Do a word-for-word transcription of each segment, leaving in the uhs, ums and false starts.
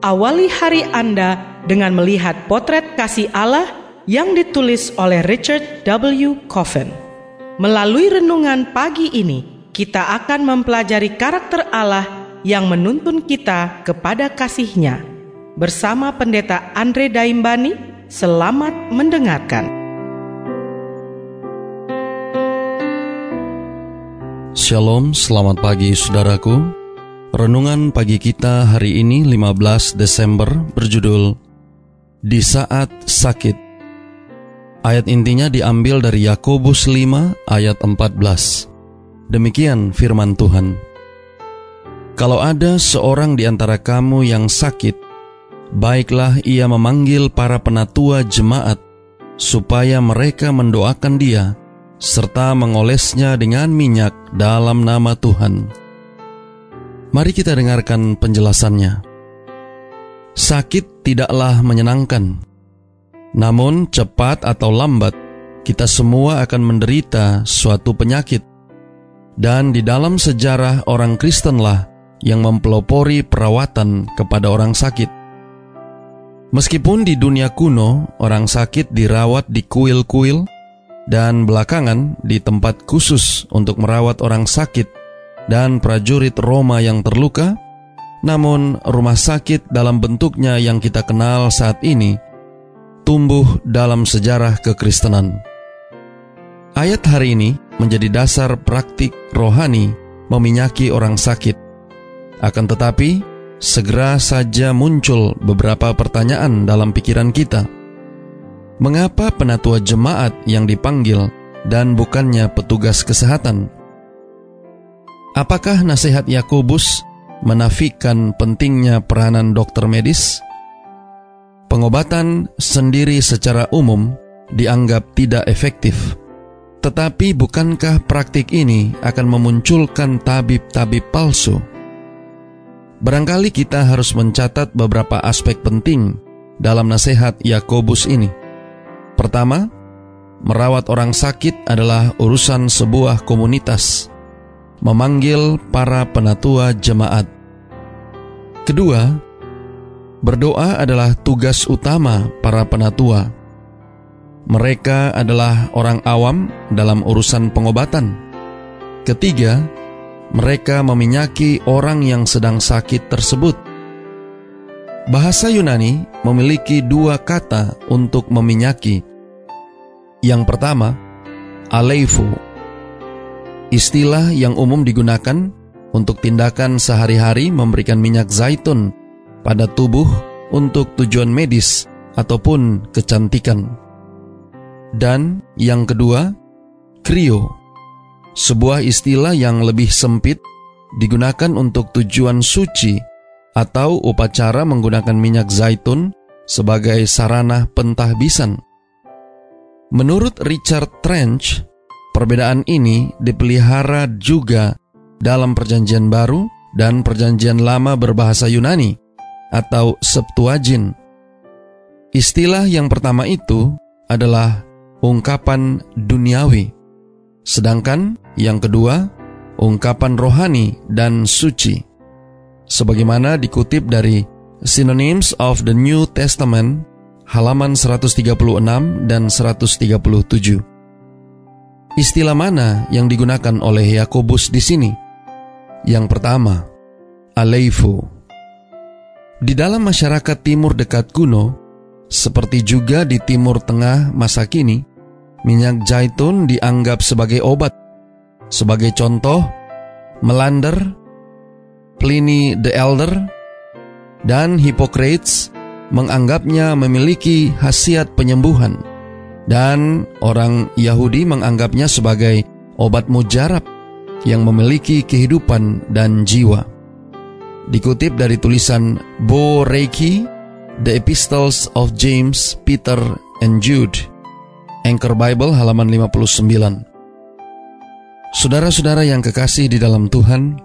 Awali hari Anda dengan melihat potret kasih Allah yang ditulis oleh Richard W. Coven. Melalui renungan pagi ini, kita akan mempelajari karakter Allah yang menuntun kita kepada kasih-Nya. Bersama Pendeta Andre Daimbani, selamat mendengarkan. Shalom, selamat pagi saudaraku. Renungan pagi kita hari ini lima belas Desember berjudul Di Saat Sakit. Ayat intinya diambil dari Yakobus lima ayat empat belas. Demikian firman Tuhan. Kalau ada seorang di antara kamu yang sakit, baiklah ia memanggil para penatua jemaat, supaya mereka mendoakan dia, serta mengolesnya dengan minyak dalam nama Tuhan. Mari kita dengarkan penjelasannya. Sakit tidaklah menyenangkan. Namun cepat atau lambat, kita semua akan menderita suatu penyakit. Dan di dalam sejarah orang Kristenlah yang mempelopori perawatan kepada orang sakit. Meskipun di dunia kuno, orang sakit dirawat di kuil-kuil, dan belakangan di tempat khusus untuk merawat orang sakit dan prajurit Roma yang terluka, namun rumah sakit dalam bentuknya yang kita kenal saat ini tumbuh dalam sejarah kekristenan. Ayat hari ini menjadi dasar praktik rohani meminyaki orang sakit. Akan tetapi, segera saja muncul beberapa pertanyaan dalam pikiran kita. Mengapa penatua jemaat yang dipanggil dan bukannya petugas kesehatan? Apakah nasihat Yakobus menafikan pentingnya peranan dokter medis? Pengobatan sendiri secara umum dianggap tidak efektif. Tetapi bukankah praktik ini akan memunculkan tabib-tabib palsu? Barangkali kita harus mencatat beberapa aspek penting dalam nasihat Yakobus ini. Pertama, merawat orang sakit adalah urusan sebuah komunitas. Memanggil para penatua jemaat. Kedua, berdoa adalah tugas utama para penatua. Mereka adalah orang awam dalam urusan pengobatan. Ketiga, mereka meminyaki orang yang sedang sakit tersebut. Bahasa Yunani memiliki dua kata untuk meminyaki. Yang pertama, aleifu. Istilah yang umum digunakan untuk tindakan sehari-hari memberikan minyak zaitun pada tubuh untuk tujuan medis ataupun kecantikan. Dan yang kedua, krio. Sebuah istilah yang lebih sempit digunakan untuk tujuan suci atau upacara menggunakan minyak zaitun sebagai sarana pentahbisan. Menurut Richard Trench, perbedaan ini dipelihara juga dalam Perjanjian Baru dan Perjanjian Lama berbahasa Yunani atau Septuagint. Istilah yang pertama itu adalah ungkapan duniawi, sedangkan yang kedua ungkapan rohani dan suci. Sebagaimana dikutip dari Synonyms of the New Testament halaman seratus tiga puluh enam dan seratus tiga puluh tujuh. Istilah mana yang digunakan oleh Yakobus di sini? Yang pertama, aleifu. Di dalam masyarakat timur dekat kuno, seperti juga di timur tengah masa kini, minyak zaitun dianggap sebagai obat. Sebagai contoh, Melander, Pliny the Elder, dan Hippocrates menganggapnya memiliki khasiat penyembuhan. Dan orang Yahudi menganggapnya sebagai obat mujarab yang memiliki kehidupan dan jiwa. Dikutip dari tulisan Bo Reiki, The Epistles of James, Peter, and Jude, Anchor Bible halaman lima puluh sembilan. Saudara-saudara yang kekasih di dalam Tuhan,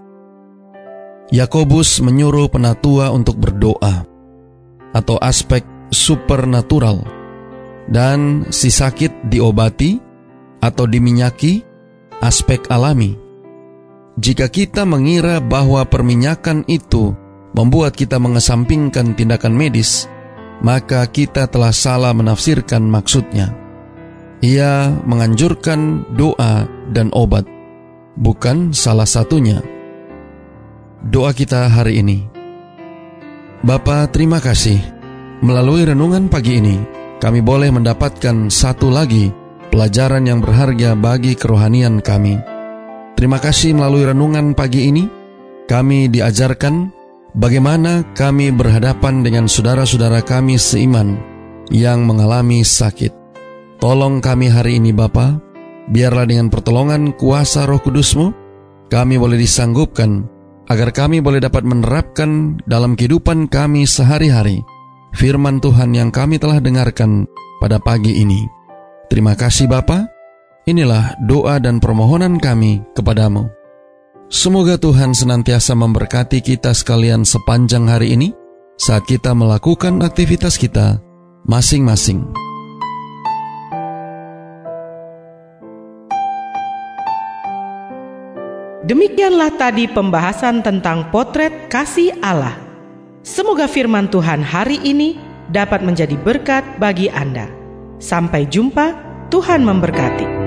Yakobus menyuruh penatua untuk berdoa atau aspek supernatural, dan si sakit diobati atau diminyaki aspek alami. Jika kita mengira bahwa perminyakan itu membuat kita mengesampingkan tindakan medis, maka kita telah salah menafsirkan maksudnya. Ia menganjurkan doa dan obat, bukan salah satunya. Doa kita hari ini. Bapa, terima kasih. Melalui renungan pagi ini, kami boleh mendapatkan satu lagi pelajaran yang berharga bagi kerohanian kami. Terima kasih melalui renungan pagi ini, kami diajarkan bagaimana kami berhadapan dengan saudara-saudara kami seiman yang mengalami sakit. Tolong kami hari ini Bapa, biarlah dengan pertolongan kuasa Roh Kudus-Mu, kami boleh disanggupkan, agar kami boleh dapat menerapkan dalam kehidupan kami sehari-hari firman Tuhan yang kami telah dengarkan pada pagi ini. Terima kasih Bapa. Inilah doa dan permohonan kami kepadamu. Semoga Tuhan senantiasa memberkati kita sekalian sepanjang hari ini saat kita melakukan aktivitas kita masing-masing. Demikianlah tadi pembahasan tentang potret kasih Allah. Semoga firman Tuhan hari ini dapat menjadi berkat bagi Anda. Sampai jumpa, Tuhan memberkati.